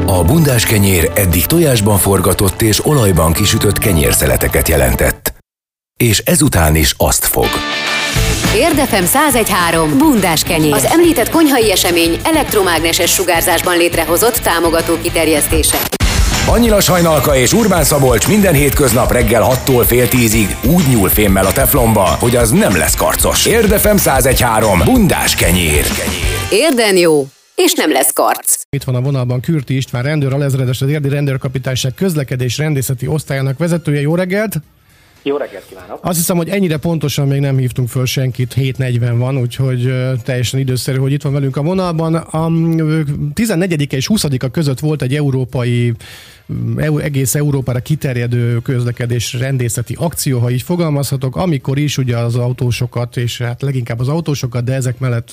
A bundás kenyér eddig tojásban forgatott és olajban kisütött kenyérszeleteket jelentett. És ezután is azt fog. Érdefem 101.3 bundás kenyér. Az említett konyhai esemény elektromágneses sugárzásban létrehozott támogató kiterjesztése. Annyila Sajnalka és Urbán Szabolcs minden hétköznap reggel 6-tól fél 10-ig úgy nyúl fémmel a teflonba, hogy az nem lesz karcos. Érdefem 101.3 bundás kenyér. Érden jó, és nem lesz karc. Itt van a vonalban Kürti István rendőr, alezredes, az Érdi Rendőrkapitányság közlekedés rendészeti osztályának vezetője. Jó reggelt! Jó reggelt kívánok! Azt hiszem, hogy ennyire pontosan még nem hívtunk föl senkit, 7:40 van, úgyhogy teljesen időszerű, hogy itt van velünk a vonalban. A 14. és 20. között volt egy egész Európára kiterjedő közlekedés rendészeti akció, ha így fogalmazhatok, amikor is ugye az autósokat, és hát leginkább az autósokat, de ezek mellett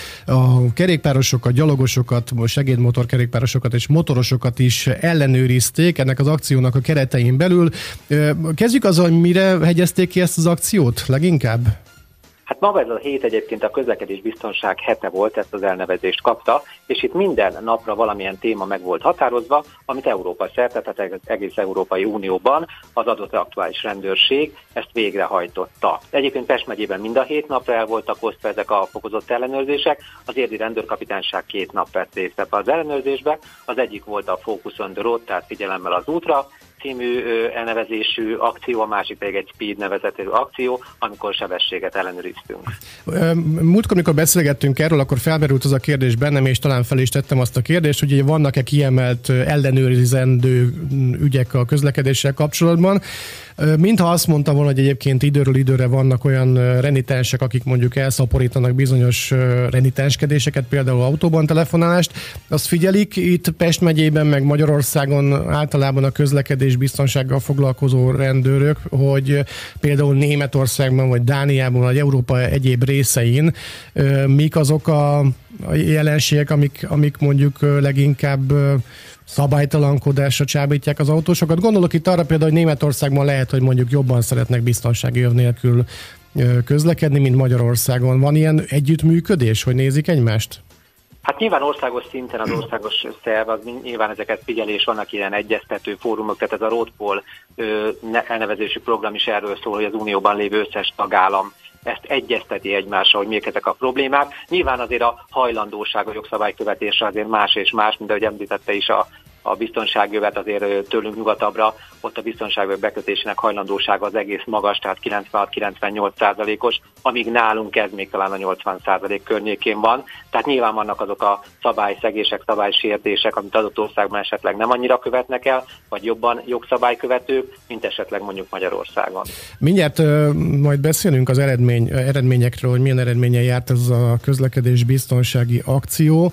a kerékpárosokat, gyalogosokat, segédmotorkerékpárosokat és motorosokat is ellenőrizték ennek az akciónak a keretein belül. Kezdjük azzal, hogy mire hegyezték ki ezt az akciót leginkább? Hát maga ez a hét egyébként a közlekedés biztonság hete volt, ezt az elnevezést kapta, és itt minden napra valamilyen téma meg volt határozva, amit Európa szerte, tehát egész Európai Unióban az adott aktuális rendőrség ezt végrehajtotta. Egyébként Pest megyében mind a 7 napra el voltak osztva ezek a fokozott ellenőrzések, az Érdi Rendőrkapitányság 2 nap vett részt ebbe az ellenőrzésbe, az egyik volt a Focus on the Road, tehát figyelemmel az útra című elnevezésű akció, a másik pedig egy Speed nevezetű akció, amikor sebességet ellenőriztünk. Múltkor, amikor beszélgettünk erről, akkor felmerült az a kérdés bennem, és talán fel is tettem azt a kérdést, hogy vannak-e kiemelt ellenőrizendő ügyek a közlekedéssel kapcsolatban. Mintha azt mondta volna, hogy egyébként időről időre vannak olyan renitensek, akik mondjuk elszaporítanak bizonyos renitenskedéseket, például autóban telefonálást. Azt figyelik itt Pest megyében, meg Magyarországon általában a közlekedés biztonsággal foglalkozó rendőrök, hogy például Németországban, vagy Dániában, vagy Európa egyéb részein mik azok a jelenségek, amik mondjuk leginkább szabálytalankodásra csábítják az autósokat. Gondolok itt arra például, hogy Németországban lehet, hogy mondjuk jobban szeretnek biztonsági öv nélkül közlekedni, mint Magyarországon. Van ilyen együttműködés, hogy nézik egymást? Hát nyilván országos szinten az országos szerv, az nyilván ezeket figyelés, vannak ilyen egyeztető fórumok, tehát ez a Roadpol elnevezésű program is erről szól, hogy az Unióban lévő összes tagállam ezt egyezteti egymással, hogy mik ezek a problémák. Nyilván azért a hajlandóság a jogszabálykövetésre azért más és más, mint ahogy említette is a biztonságjövet azért tőlünk nyugatabbra, ott a biztonságjövet bekötésének hajlandósága az egész magas, tehát 96-98%-os, amíg nálunk ez még talán a 80% környékén van. Tehát nyilván vannak azok a szabályszegések, szabálysértések, amit adott országban esetleg nem annyira követnek el, vagy jobban jogszabálykövetők, mint esetleg mondjuk Magyarországon. Mindjárt majd beszélünk az eredményekről, hogy milyen eredménye járt ez a közlekedés biztonsági akció.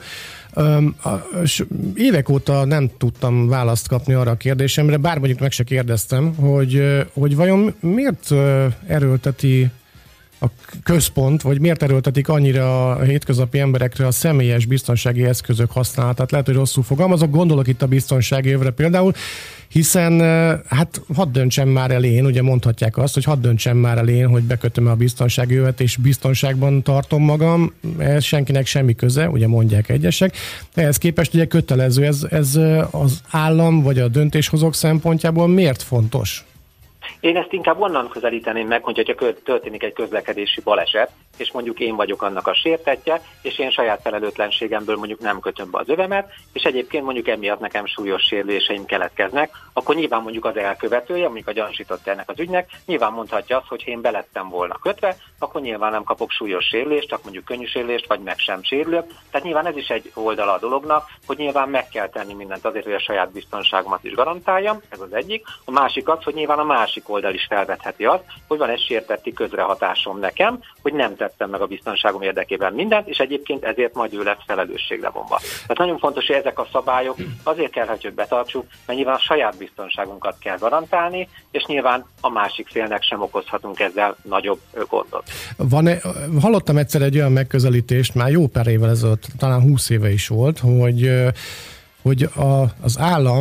Évek óta nem tudtam választ kapni arra a kérdésemre, bár mondjuk meg se kérdeztem, hogy vajon miért erőlteti a központ, vagy miért erőltetik annyira a hétköznapi emberekre a személyes biztonsági eszközök használatát. Lehet, hogy rosszul fogalmazok, gondolok itt a biztonsági övre például, hiszen hát hadd döntsem már el én, ugye mondhatják azt, hogy hadd döntsem már el én, hogy bekötöm a biztonsági övet, és biztonságban tartom magam, ehhez senkinek semmi köze, ugye mondják egyesek. Ehhez képest ugye kötelező, ez az állam, vagy a döntéshozók szempontjából miért fontos? Én ezt inkább onnan közelíteném meg, hogyha történik egy közlekedési baleset, és mondjuk én vagyok annak a sértettje, és én saját felelőtlenségemből mondjuk nem kötöm be az övemet, és egyébként mondjuk emiatt nekem súlyos sérüléseim keletkeznek, akkor nyilván mondjuk az elkövetője, mondjuk a gyanúsított ennek az ügynek, nyilván mondhatja azt, hogy ha én belettem volna kötve, akkor nyilván nem kapok súlyos sérülést, csak mondjuk könnyű sérülést, vagy meg sem sérülök. Tehát nyilván ez is egy oldala a dolognak, hogy nyilván meg kell tenni mindent azért, hogy a saját biztonságomat is garantáljam, ez az egyik. A másik az, hogy nyilván a másik oldal is felvetheti azt, hogy van egy sértetti közrehatásom nekem, hogy nem tettem meg a biztonságom érdekében mindent, és egyébként ezért majd ő lesz felelősségre vonva. Tehát nagyon fontos, hogy ezek a szabályok azért kell, hogy betartsuk, mert nyilván a saját biztonságunkat kell garantálni, és nyilván a másik félnek sem okozhatunk ezzel nagyobb gondot. Hallottam egyszer egy olyan megközelítést, már jó pár évvel ezelőtt, talán 20 éve is volt, hogy az állam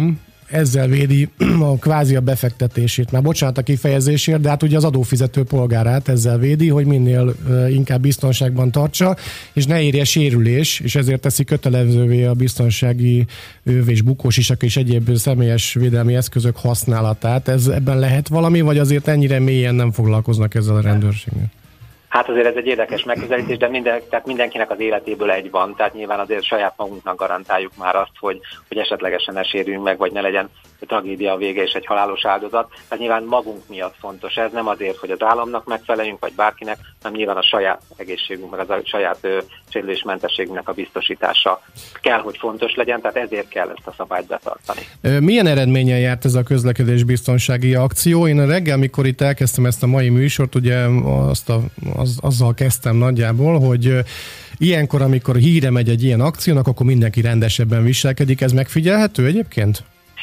ezzel védi kvázi a befektetését. Már bocsánat a kifejezésért, de hát ugye az adófizető polgárát ezzel védi, hogy minél inkább biztonságban tartsa, és ne érje sérülés, és ezért teszi kötelezővé a biztonsági öv és bukósisak és egyéb személyes védelmi eszközök használatát. Ebben lehet valami, vagy azért ennyire mélyen nem foglalkoznak ezzel a rendőrségnél? Hát azért ez egy érdekes megközelítés, de tehát mindenkinek az életéből egy van, tehát nyilván azért saját magunknak garantáljuk már azt, hogy esetlegesen ne sérüljünk meg, vagy ne legyen tragédia a vége és egy halálos áldozat. Tehát nyilván magunk miatt fontos ez, nem azért, hogy az államnak megfeleljünk, vagy bárkinek, hanem nyilván a saját egészségünk, meg a saját sérülésmentességünknek a biztosítása kell, hogy fontos legyen, tehát ezért kell ezt a szabályt betartani. Milyen eredménnyel járt ez a közlekedésbiztonsági akció? Én reggel, mikor itt elkezdtem ezt a mai műsort, ugye azzal kezdtem nagyjából, hogy ilyenkor, amikor híre megy egy ilyen akciónak, akkor mindenki rendesebben viselkedik. Ez megfigyelhető egyébként?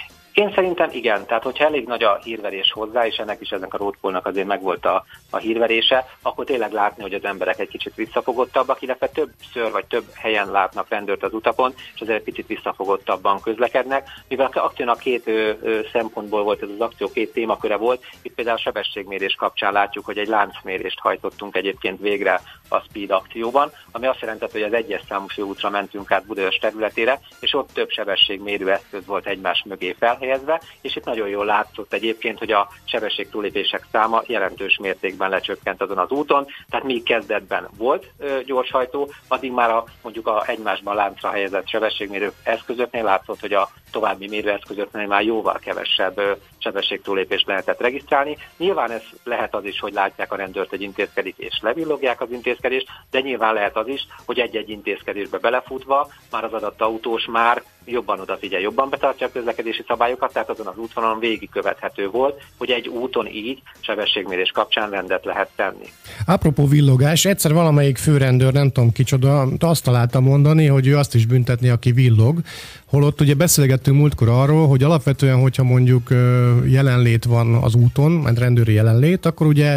Én szerintem igen, tehát hogyha elég nagy a hírverés hozzá, és ennek a roadpoolnak azért megvolt a hírverése, akkor tényleg látni, hogy az emberek egy kicsit visszafogottabbak, illetve többször vagy több helyen látnak rendőrt az utakon, és azért egy picit visszafogottabban közlekednek. Mivel az akciónak két szempontból volt ez az akció, két témaköre volt, itt például a sebességmérés kapcsán látjuk, hogy egy láncmérést hajtottunk egyébként végre a Speed akcióban, ami azt jelentett, hogy az 1-es számú főútra mentünk át Budaörs területére, és ott több sebességmérő eszköz volt egymás mögé felhelyezve, és itt nagyon jól látszott egyébként, hogy a sebességtúlépések száma jelentős mértékben lecsökkent azon az úton, tehát míg kezdetben volt gyorshajtó, addig már mondjuk a egymásban láncra helyezett sebességmérő eszközöknél látszott, hogy a további mérőeszközöknél már jóval kevesebb sebességtúlépést lehetett regisztrálni. Nyilván ez lehet az is, hogy látják a rendőrt, hogy intézkedik és levillogják az intézkedést, de nyilván lehet az is, hogy egy-egy intézkedésbe belefutva már az adott autós már jobban odafigyel, jobban betartja a közlekedési szabályokat, tehát azon az útvonalon végigkövethető volt, hogy egy úton így sebességmérés kapcsán rendet lehet tenni. Apropó villogás, egyszer valamelyik főrendőr, nem tudom kicsoda, azt találta mondani, hogy ő azt is büntetni, aki villog, holott ugye beszélgettünk múltkor arról, hogy alapvetően, hogyha mondjuk jelenlét van az úton, mert rendőri jelenlét, akkor ugye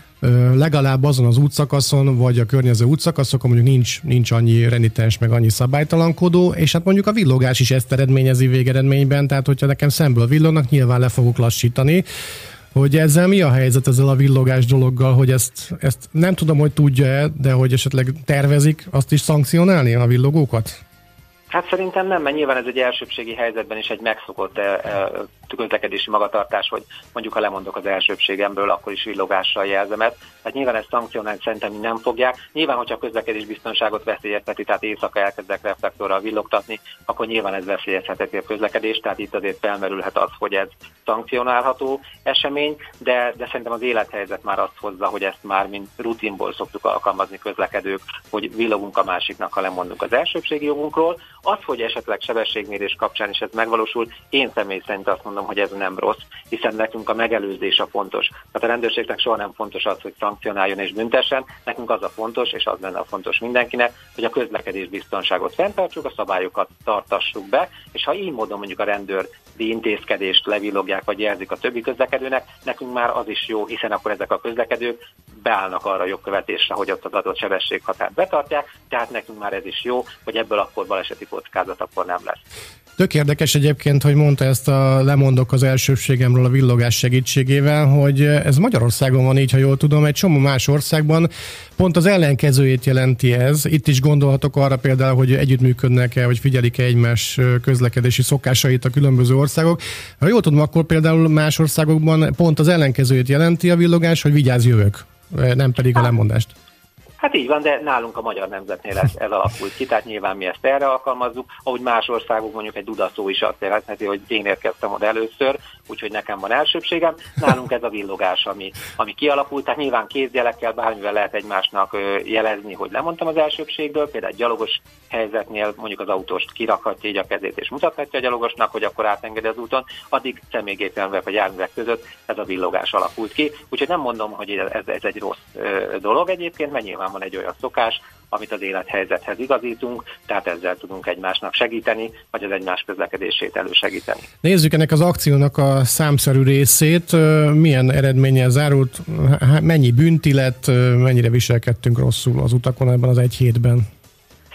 legalább azon az útszakaszon, vagy a környező útszakaszokon mondjuk nincs annyi renitens, meg annyi szabálytalankodó, és hát mondjuk a villogás is ezt eredményezi végeredményben, tehát hogyha nekem szemből villognak, nyilván le fogok lassítani. Hogy ezzel mi a helyzet ezzel a villogás dologgal, hogy ezt nem tudom, hogy tudja-e, de hogy esetleg tervezik azt is szankcionálni a villogókat? Hát szerintem nem, mert nyilván ez egy elsőbbségi helyzetben is egy megszokott közlekedési magatartás, hogy mondjuk ha lemondok az elsőbbségemből, akkor is villogással jelzem ezt. Tehát nyilván ezt szankcionálni szerintem nem fogják. Nyilván, hogyha a közlekedés biztonságot veszélyezteti, tehát éjszaka elkezdek reflektorral villogtatni, akkor nyilván ez veszélyezteti a közlekedést, tehát itt azért felmerülhet az, hogy ez szankcionálható esemény, de szerintem az élethelyzet már azt hozza, hogy ezt már mint rutinból szoktuk alkalmazni közlekedők, hogy villogunk a másiknak, ha lemondunk az elsőbbségi jogunkról. Az, hogy esetleg sebességmérés kapcsán is ez megvalósul, én személy szerint azt mondom, hogy ez nem rossz, hiszen nekünk a megelőzés a fontos. Tehát a rendőrségnek soha nem fontos az, hogy szankcionáljon és büntessen, nekünk az a fontos, és az lenne a fontos mindenkinek, hogy a közlekedés biztonságot fenntartsuk, a szabályokat tartassuk be, és ha így módon mondjuk a rendőr intézkedést levillogják, vagy jelzik a többi közlekedőnek, nekünk már az is jó, hiszen akkor ezek a közlekedők beállnak arra a jogkövetésre, hogy ott az adott sebességhatárt betartják, tehát nekünk már ez is jó, hogy ebből akkor baleseti kockázat akkor nem lesz. Tök érdekes egyébként, hogy mondta ezt a lemondok az elsőbségemről a villogás segítségével, hogy ez Magyarországon van így, ha jól tudom, egy csomó más országban pont az ellenkezőjét jelenti ez. Itt is gondolhatok arra például, hogy együttműködnek-e, vagy figyelik-e egymás közlekedési szokásait a különböző országok. Ha jól tudom, akkor például más országokban pont az ellenkezőjét jelenti a villogás, hogy vigyázz, jövök, nem pedig a lemondást. Hát így van, de nálunk a Magyar Nemzetnél ez alakult ki, tehát nyilván mi ezt erre alkalmazzuk, ahogy más országok mondjuk egy dudaszó is azt jelentheti, hogy én érkeztem oda először, úgyhogy nekem van elsőbségem. Nálunk ez a villogás, ami kialakult, tehát nyilván kézjelekkel bármivel lehet egymásnak jelezni, hogy lemondtam az elsőbségből, például egy gyalogos helyzetnél mondjuk az autóst kirakhatja így a kezét és mutathatja a gyalogosnak, hogy akkor átengedi az úton, addig személygépjárművek vagy járművek között ez a villogás alakult ki. Úgyhogy nem mondom, hogy ez egy rossz dolog egyébként, mert nyilván van egy olyan szokás, amit az élethelyzethez igazítunk, tehát ezzel tudunk egymásnak segíteni, vagy az egymás közlekedését elősegíteni. Nézzük ennek az akciónak a számszerű részét. Milyen eredménnyel zárult? Mennyi bünti lett? Mennyire viselkedtünk rosszul az utakon ebben az egy hétben?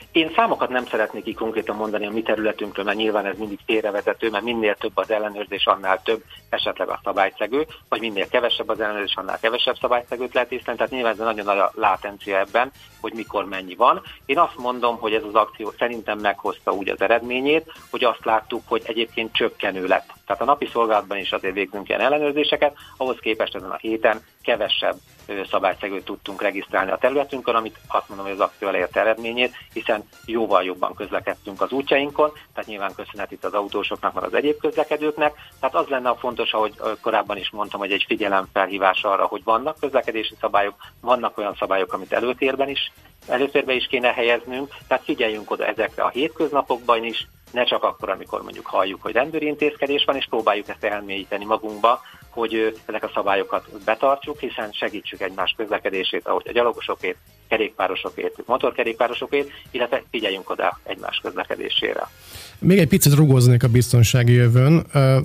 Én számokat nem szeretnék így konkrétan mondani a mi területünkről, mert nyilván ez mindig félrevezető, mert minél több az ellenőrzés, annál több esetleg a szabályszegő, vagy minél kevesebb az ellenőrzés, annál kevesebb szabályszegőt lehet észlelni, tehát nyilván ez nagyon nagy a látencia ebben, hogy mikor mennyi van. Én azt mondom, hogy ez az akció szerintem meghozta úgy az eredményét, hogy azt láttuk, hogy egyébként csökkenő lett. Tehát a napi szolgálatban is azért végzünk ilyen ellenőrzéseket, ahhoz képest ezen a héten kevesebb szabályszegőt tudtunk regisztrálni a területünkön, amit azt mondom, hogy az akció elérte eredményét, hiszen jóval jobban közlekedtünk az útjainkon, tehát nyilván köszönhet itt az autósoknak, meg az egyéb közlekedőknek. Tehát az lenne a fontos, ahogy korábban is mondtam, hogy egy figyelemfelhívás arra, hogy vannak közlekedési szabályok, vannak olyan szabályok, amit előtérbe is kéne helyeznünk, tehát figyeljünk oda ezekre a hétköznapokban is, ne csak akkor, amikor mondjuk halljuk, hogy rendőri intézkedés van, és próbáljuk ezt elmélyíteni magunkba, hogy ezek a szabályokat betartsuk, hiszen segítsük egymás közlekedését, ahogy a gyalogosokét, kerékpárosokét, motorkerékpárosokét, illetve figyeljünk oda egymás közlekedésére. Még egy picit rugóznék a biztonsági jövőn.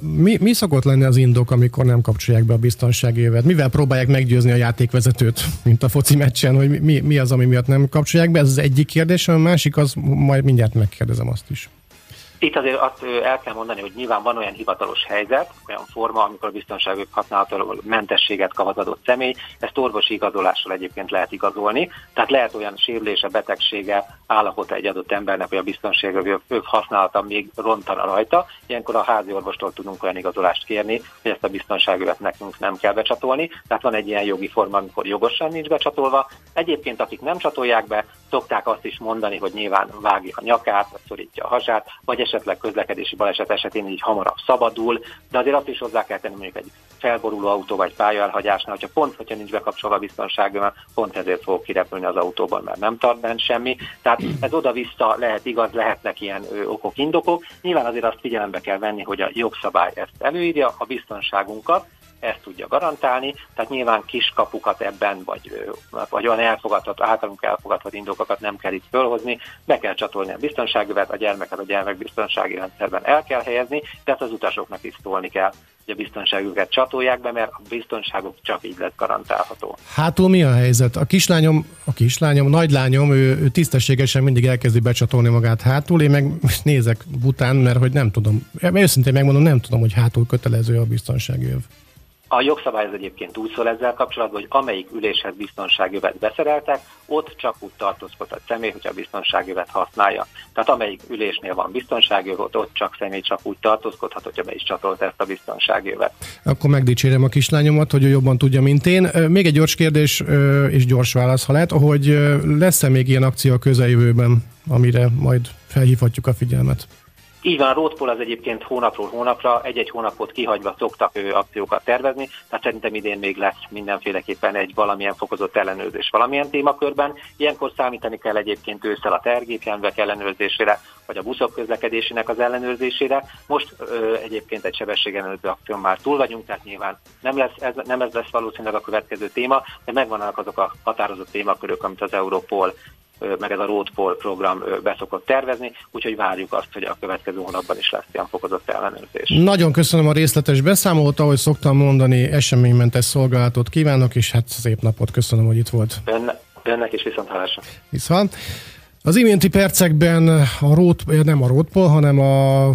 Mi szokott lenni az indok, amikor nem kapcsolják be a biztonsági jövet? Mivel próbálják meggyőzni a játékvezetőt, mint a foci meccsen, hogy mi az, ami miatt nem kapcsolják be? Ez az egyik kérdés, a másik az, majd mindjárt megkérdezem azt is. Itt azért azt el kell mondani, hogy nyilván van olyan hivatalos helyzet, olyan forma, amikor a biztonsági használatáról mentességet kap az adott személy, ezt orvosi igazolással egyébként lehet igazolni, tehát lehet olyan sérülése, betegsége, állapota egy adott embernek, hogy a biztonsági használata még rontana rajta, ilyenkor a házi orvostól tudunk olyan igazolást kérni, hogy ezt a biztonságövet nekünk nem kell becsatolni, tehát van egy ilyen jogi forma, amikor jogosan nincs becsatolva. Egyébként akik nem csatolják be, szokták azt is mondani, hogy nyilván vágja a nyakát, vagy szorítja a hasát, vagy esetleg közlekedési baleset esetén így hamarabb szabadul, de azért azt is hozzá kell tenni, mondjuk egy felboruló autó vagy pályaelhagyásnál, hogyha nincs bekapcsolva a biztonságövet, pont ezért fog kirepülni az autóban, mert nem tart bent semmi. Tehát ez oda-vissza lehet igaz, lehetnek ilyen okok, indokok. Nyilván azért azt figyelembe kell venni, hogy a jogszabály ezt előírja, a biztonságunkat ezt tudja garantálni, tehát nyilván kiskapukat ebben, vagy olyan általunk elfogadható indokokat nem kell itt fölhozni, be kell csatolni a biztonságövet, a gyermeket a gyermekbiztonsági rendszerben el kell helyezni, tehát az utasoknak is szólni kell, hogy a biztonságüket csatolják be, mert a biztonságuk csak így lesz garantálható. Hátul mi a helyzet? A kislányom, nagylányom, ő tisztességesen mindig elkezdi becsatolni magát hátul, én meg nézek bután, mert hogy nem tudom, őszintén megmondom, nem tudom, hogy hátul kötelező a biztonsági öv. A jogszabály az egyébként úgy szól ezzel kapcsolatban, hogy amelyik üléshez biztonságövet beszereltek, ott csak úgy tartózkodhat személy, hogyha a biztonságövet használja. Tehát amelyik ülésnél van biztonságöv, ott csak személy csak úgy tartózkodhat, hogyha be is csatolt ezt a biztonságövet. Akkor megdicsérem a kislányomat, hogy ő jobban tudja, mint én. Még egy gyors kérdés és gyors válasz, ha lehet, hogy lesz-e még ilyen akció a közeljövőben, amire majd felhívhatjuk a figyelmet? Így van, a Roadpol az egyébként hónapról hónapra, egy-egy hónapot kihagyva szoktak akciókat tervezni, tehát szerintem idén még lesz mindenféleképpen egy valamilyen fokozott ellenőrzés valamilyen témakörben. Ilyenkor számítani kell egyébként ősszel a tehergépjárművek ellenőrzésére, vagy a buszok közlekedésének az ellenőrzésére. Most egyébként egy sebességellenőrző akción már túl vagyunk, tehát nyilván nem ez lesz valószínűleg a következő téma, de megvannak azok a határozott témakörök, amit az Europol meg ez a Roadpol program beszokott tervezni, úgyhogy várjuk azt, hogy a következő hónapban is lesz ilyen fokozott ellenőrzés. Nagyon köszönöm a részletes beszámolót, ahogy szoktam mondani, eseménymentes szolgálatot kívánok, és hát szép napot, köszönöm, hogy itt volt. Önnek is viszonthallásra. Viszont. Az iménti percekben nem a Roadpol, hanem a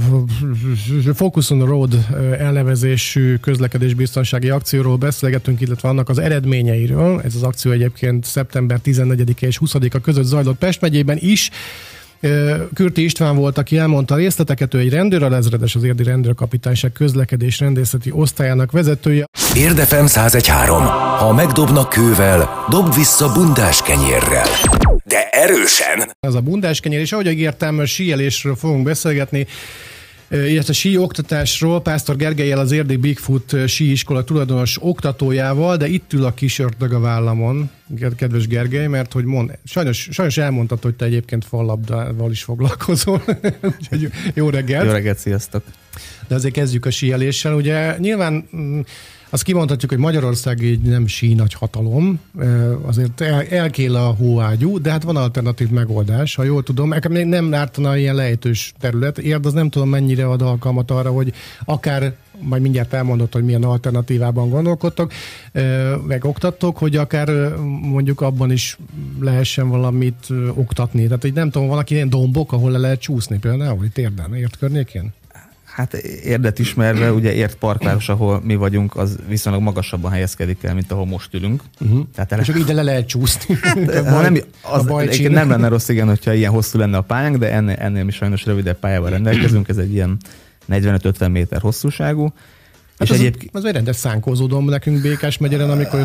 Focus on the Road elnevezésű közlekedésbiztonsági akcióról beszélgetünk, illetve annak az eredményeiről. Ez az akció egyébként szeptember 14-e és 20-a között zajlott Pest megyében is. Kürti István volt, aki elmondta a részleteket, ő egy rendőralezredes, az Érdi Rendőrkapitányság közlekedés rendészeti osztályának vezetője. Érdefem 101.3. Ha megdobnak kővel, dob vissza bundás kenyérrel. De erősen! Ez a bundás kenyér, és ahogy ígértem, síelésről fogunk beszélgetni, illetve sí oktatásról, Pásztor Gergellyel, az Érdi Bigfoot síiskola tulajdonos oktatójával, de itt ül a kis ördög a vállamon, kedves Gergely, mert hogy sajnos elmondtad, hogy te egyébként fallabdával is foglalkozol. Jó reggelt! Jó reggelt, sziasztok! De azért kezdjük a síeléssel. Ugye nyilván Azt kimondhatjuk, hogy Magyarország így nem sí nagy hatalom, azért elkél a hóágyú, de hát van alternatív megoldás, ha jól tudom. Még nem ártana ilyen lejtős terület. Érd, az nem tudom mennyire ad alkalmat arra, hogy akár, majd mindjárt elmondott, hogy milyen alternatívában gondolkodtok, meg oktattok, hogy akár mondjuk abban is lehessen valamit oktatni. Tehát, hogy nem tudom, vannak ilyen dombok, ahol le lehet csúszni például, itt Érden, Érd környékén? Hát Érdet ismerve, ugye Érd parkváros, ahol mi vagyunk, az viszonylag magasabban helyezkedik el, mint ahol most ülünk. Tehát és ide le lehet csúszni. Nem lenne rossz, igen, hogyha ilyen hosszú lenne a pályánk, de ennél mi sajnos rövidebb pályával rendelkezünk, ez egy ilyen 45-50 méter hosszúságú. Hát és az egy rendes szánkózódom nekünk Békás megyeren, amikor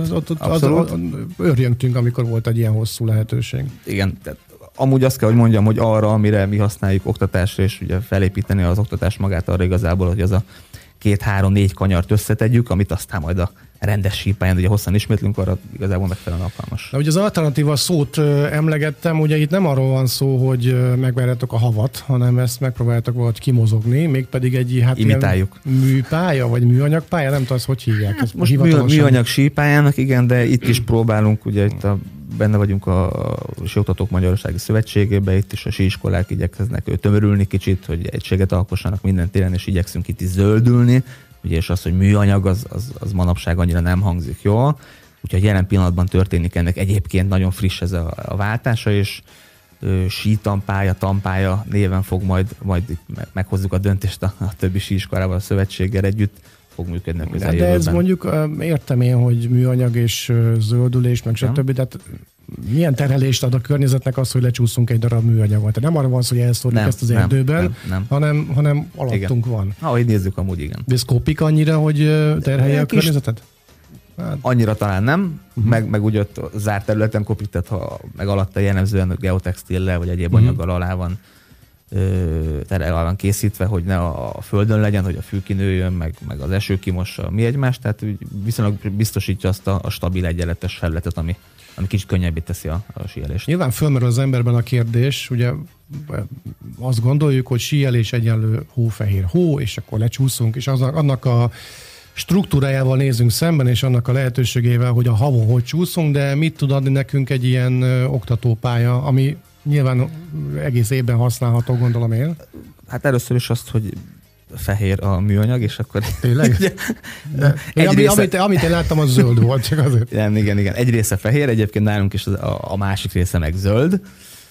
örjöntünk, amikor volt egy ilyen hosszú lehetőség. Igen, tehát amúgy azt kell, hogy mondjam, hogy arra, amire mi használjuk oktatásra, és ugye felépíteni az oktatás magát arra igazából, hogy az a 2-3-4 kanyart összetegyük, amit aztán majd a rendes sípályán, ugye hosszan ismétlünk, arra igazából megfelelően alkalmas. De ugye az alternatíva szót emlegettem, ugye itt nem arról van szó, hogy megverjetek a havat, hanem ezt megpróbáljátok valahogy kimozogni, mégpedig egy imitáljuk. Műpálya, vagy műanyagpálya, nem tudom, hogy hívják. Hát most műanyag sípályának, igen, de itt is próbálunk, ugye itt benne vagyunk a Síoktatók Magyarországi Szövetségében, itt is a síiskolák igyekeznek tömörülni kicsit, hogy egységet alkossanak minden téren, és igyekszünk itt is zöldülni, ugye, és az, hogy műanyag, az manapság annyira nem hangzik jól, úgyhogy jelen pillanatban történik ennek egyébként nagyon friss ez a váltása, és sítampálya, tampálya néven fog majd meghozzuk a döntést a többi síiskolával, a szövetséggel együtt, fog működni a közeljövőben. De ez mondjuk, értem én, hogy műanyag és zöldülés, meg stb. Tehát milyen terhelést ad a környezetnek az, hogy lecsúszunk egy darab műanyagot? Tehát nem arra van szó, hogy elszórjuk ezt az erdőben, hanem alattunk van. Ahogy nézzük, amúgy igen. De ez kopik annyira, hogy terhelje a környezetet? Hát. Annyira talán nem, meg úgy ott zárt területen kopik, tehát ha meg alatta jellemzően geotextillel vagy egyéb anyaggal alá van készítve, hogy ne a földön legyen, hogy a fű kinőjön, meg az eső kimossa mi egymást, tehát viszonylag biztosítja azt a stabil egyenletes felületet, ami kicsit könnyebbé teszi a síelést. Nyilván fölmerül az emberben a kérdés, ugye azt gondoljuk, hogy síelés egyenlő hófehér hó, és akkor lecsúszunk, és annak a struktúrájával nézünk szemben, és annak a lehetőségével, hogy a havon hogy csúszunk, de mit tud adni nekünk egy ilyen oktatópálya, ami nyilván egész évben használható, gondolom én. Hát először is azt, hogy fehér a műanyag, és akkor... Tényleg? Amit én láttam, az zöld volt, csak azért. Igen. Egy része fehér, egyébként nálunk is a másik része meg zöld.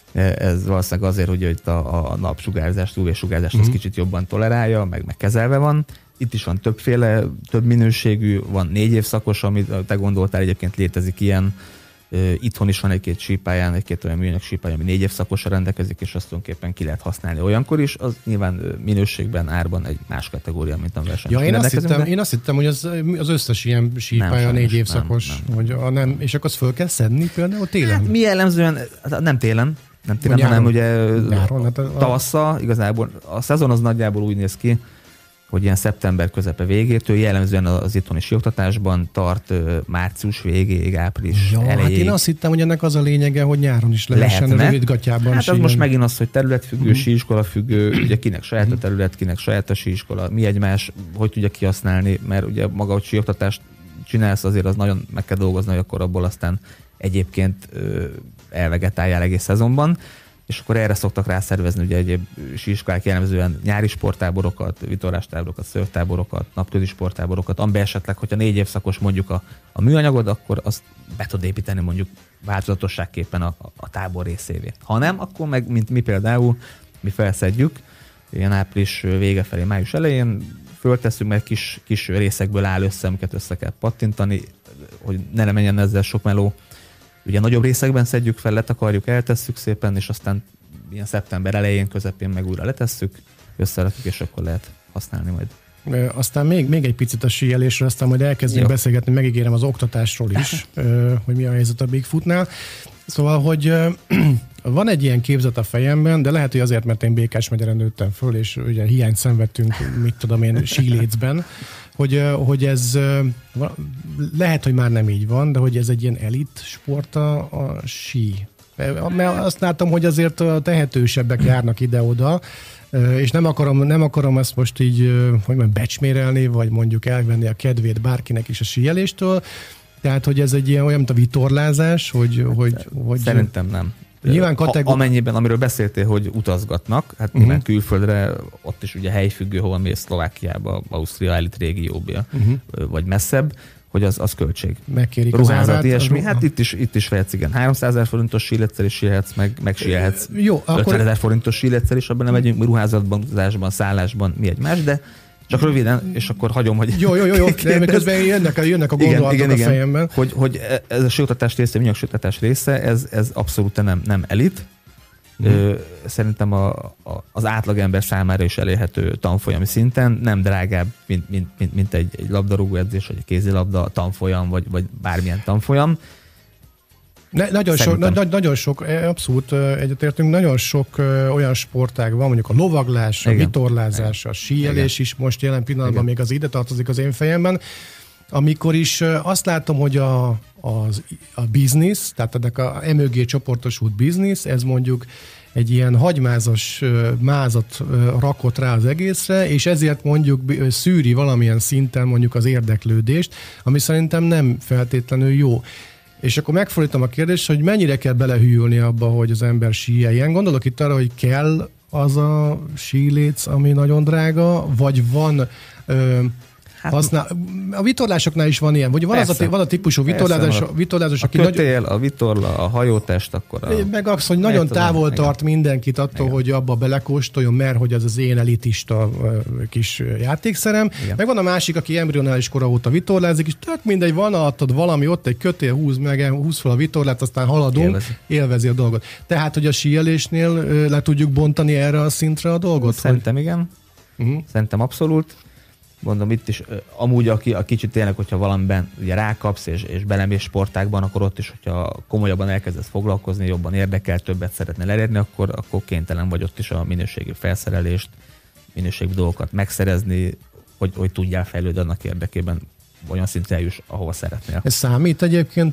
Ez valószínűleg azért, hogy itt a napsugárzást, UV-sugárzást az kicsit jobban tolerálja, meg kezelve van. Itt is van több minőségű, van 4 évszakos, amit te gondoltál, egyébként létezik ilyen. Itthon is van egy-két sípályán, egy-két olyan műanyag sípály, ami 4 évszakosra rendelkezik, és azt tulajdonképpen ki lehet használni olyankor is. Az nyilván minőségben, árban egy más kategória, mint a versenyben. Én azt hittem, hogy az összes ilyen sípálya 4 évszakos. Nem. És akkor azt föl kell szedni például télen? Hát, mi jellemzően, nem télen, hanem ugye tavasszal, igazából a szezon az nagyjából úgy néz ki, hogy ilyen szeptember közepe végétől, jellemzően az itthoni síoktatásban tart március végéig, április elejéig. Hát én azt hittem, hogy ennek az a lényege, hogy nyáron is lehessen rövidgatjában. Hát az most megint az, hogy területfüggő, síiskola függő, ugye kinek saját a terület, kinek saját a síiskola, mi egymás, hogy tudja kihasználni, mert ugye maga, hogy síoktatást csinálsz, azért az nagyon meg kell dolgozni, hogy akkor abból aztán egyébként elvegetáljál egész szezonban. És akkor erre szoktak rászervezni ugye egyéb síiskolák jellemzően nyári sporttáborokat, vitorlástáborokat, szörftáborokat, napközi sporttáborokat, amiben esetleg, hogyha 4 évszakos mondjuk a műanyagod, akkor azt be tud építeni mondjuk változatosságképpen a tábor részévé. Ha nem, akkor meg, mint mi például, mi felszedjük, ilyen április vége felé, május elején, föltesszük, mert kis részekből áll össze, amiket össze kell pattintani, hogy ne menjen ezzel sok meló. Ugye nagyobb részekben szedjük fel, letakarjuk, eltesszük szépen, és aztán ilyen szeptember elején, közepén meg újra letesszük, összerakjuk, és akkor lehet használni majd. Aztán még egy picit a síelésről, aztán majd elkezdünk beszélgetni, megígérem az oktatásról is, hogy mi a helyzet a Bigfootnál. Szóval, hogy van egy ilyen képzet a fejemben, de lehet, hogy azért, mert én Békás megyeren nőttem föl, és ugye hiányt szenvedtünk, mit tudom én, sílécben, hogy ez lehet, hogy már nem így van, de hogy ez egy ilyen elit sport a sí. Mert azt látom, hogy azért a tehetősebbek járnak ide-oda, és nem akarom ezt most így, hogy mondjam, becsmérelni, vagy mondjuk elvenni a kedvét bárkinek is a síeléstől. Tehát, hogy ez egy ilyen olyan, mint a vitorlázás, hogy szerintem nem. Nyilván amennyiben, amiről beszéltél, hogy utazgatnak, hát nyilván külföldre, ott is ugye helyfüggő, hova mész, Szlovákiába, Ausztria elit régióba, vagy messzebb, hogy az költség. Megkérik ruházat, ilyesmi. Hát itt is vehetsz, igen. 300 000 forintos síléccel is síelhetsz, meg síelhetsz 50 000 forintos síléccel is, abban nem megyünk ruházatban, utazásban, szállásban, mi egymás, de csak röviden, és akkor hagyom, hogy... Jó, de közben jönnek a gondolatok a fejemben. Hogy ez a síoktatás része, műanyagoktatás része, ez abszolút nem elit. Szerintem az átlagember számára is elérhető tanfolyami szinten, nem drágább, mint egy labdarúgó edzés, vagy egy kézilabda tanfolyam, vagy bármilyen tanfolyam. Nagyon sok, abszolút egyetértünk, nagyon sok olyan sportág van, mondjuk a lovaglás, a vitorlázás, a síelés is most jelen pillanatban még az ide tartozik az én fejemben, amikor is azt látom, hogy a biznisz, tehát ennek a emögé csoportosult biznisz, ez mondjuk egy ilyen hagymázas mázat rakott rá az egészre, és ezért mondjuk szűri valamilyen szinten mondjuk az érdeklődést, ami szerintem nem feltétlenül jó. És akkor megfordítom a kérdést, hogy mennyire kell belehűlni abba, hogy az ember síeljen. Gondolok itt arra, hogy kell az a síléc, ami nagyon drága, vagy van... a vitorlásoknál is van ilyen, vagy van a típusú vitorlázás, aki kötél, a vitorla, a hajótest, akkor meg az, hogy nagyon távol tart mindenkit attól, hogy abba belekóstoljon, mert hogy az az én elitista kis játékszerem. Igen. Meg van a másik, aki embrionális kora óta vitorlázik, és tök mindegy, van attad valami, ott egy kötél, húz fel a vitorlát, aztán haladunk, élvezi a dolgot. Tehát, hogy a síelésnél le tudjuk bontani erre a szintre a dolgot? Szerintem igen. Szerintem abszolút. Mondom, itt is, amúgy a kicsit tényleg, hogyha valamiben ugye rákapsz és belemész sportákban, akkor ott is, hogyha komolyabban elkezdesz foglalkozni, jobban érdekel, többet szeretnél elérni, akkor kénytelen vagy ott is a minőségi felszerelést, minőségi dolgokat megszerezni, hogy tudjál fejlődni annak érdekében, olyan szintre eljuss, ahova szeretnél. Ez számít egyébként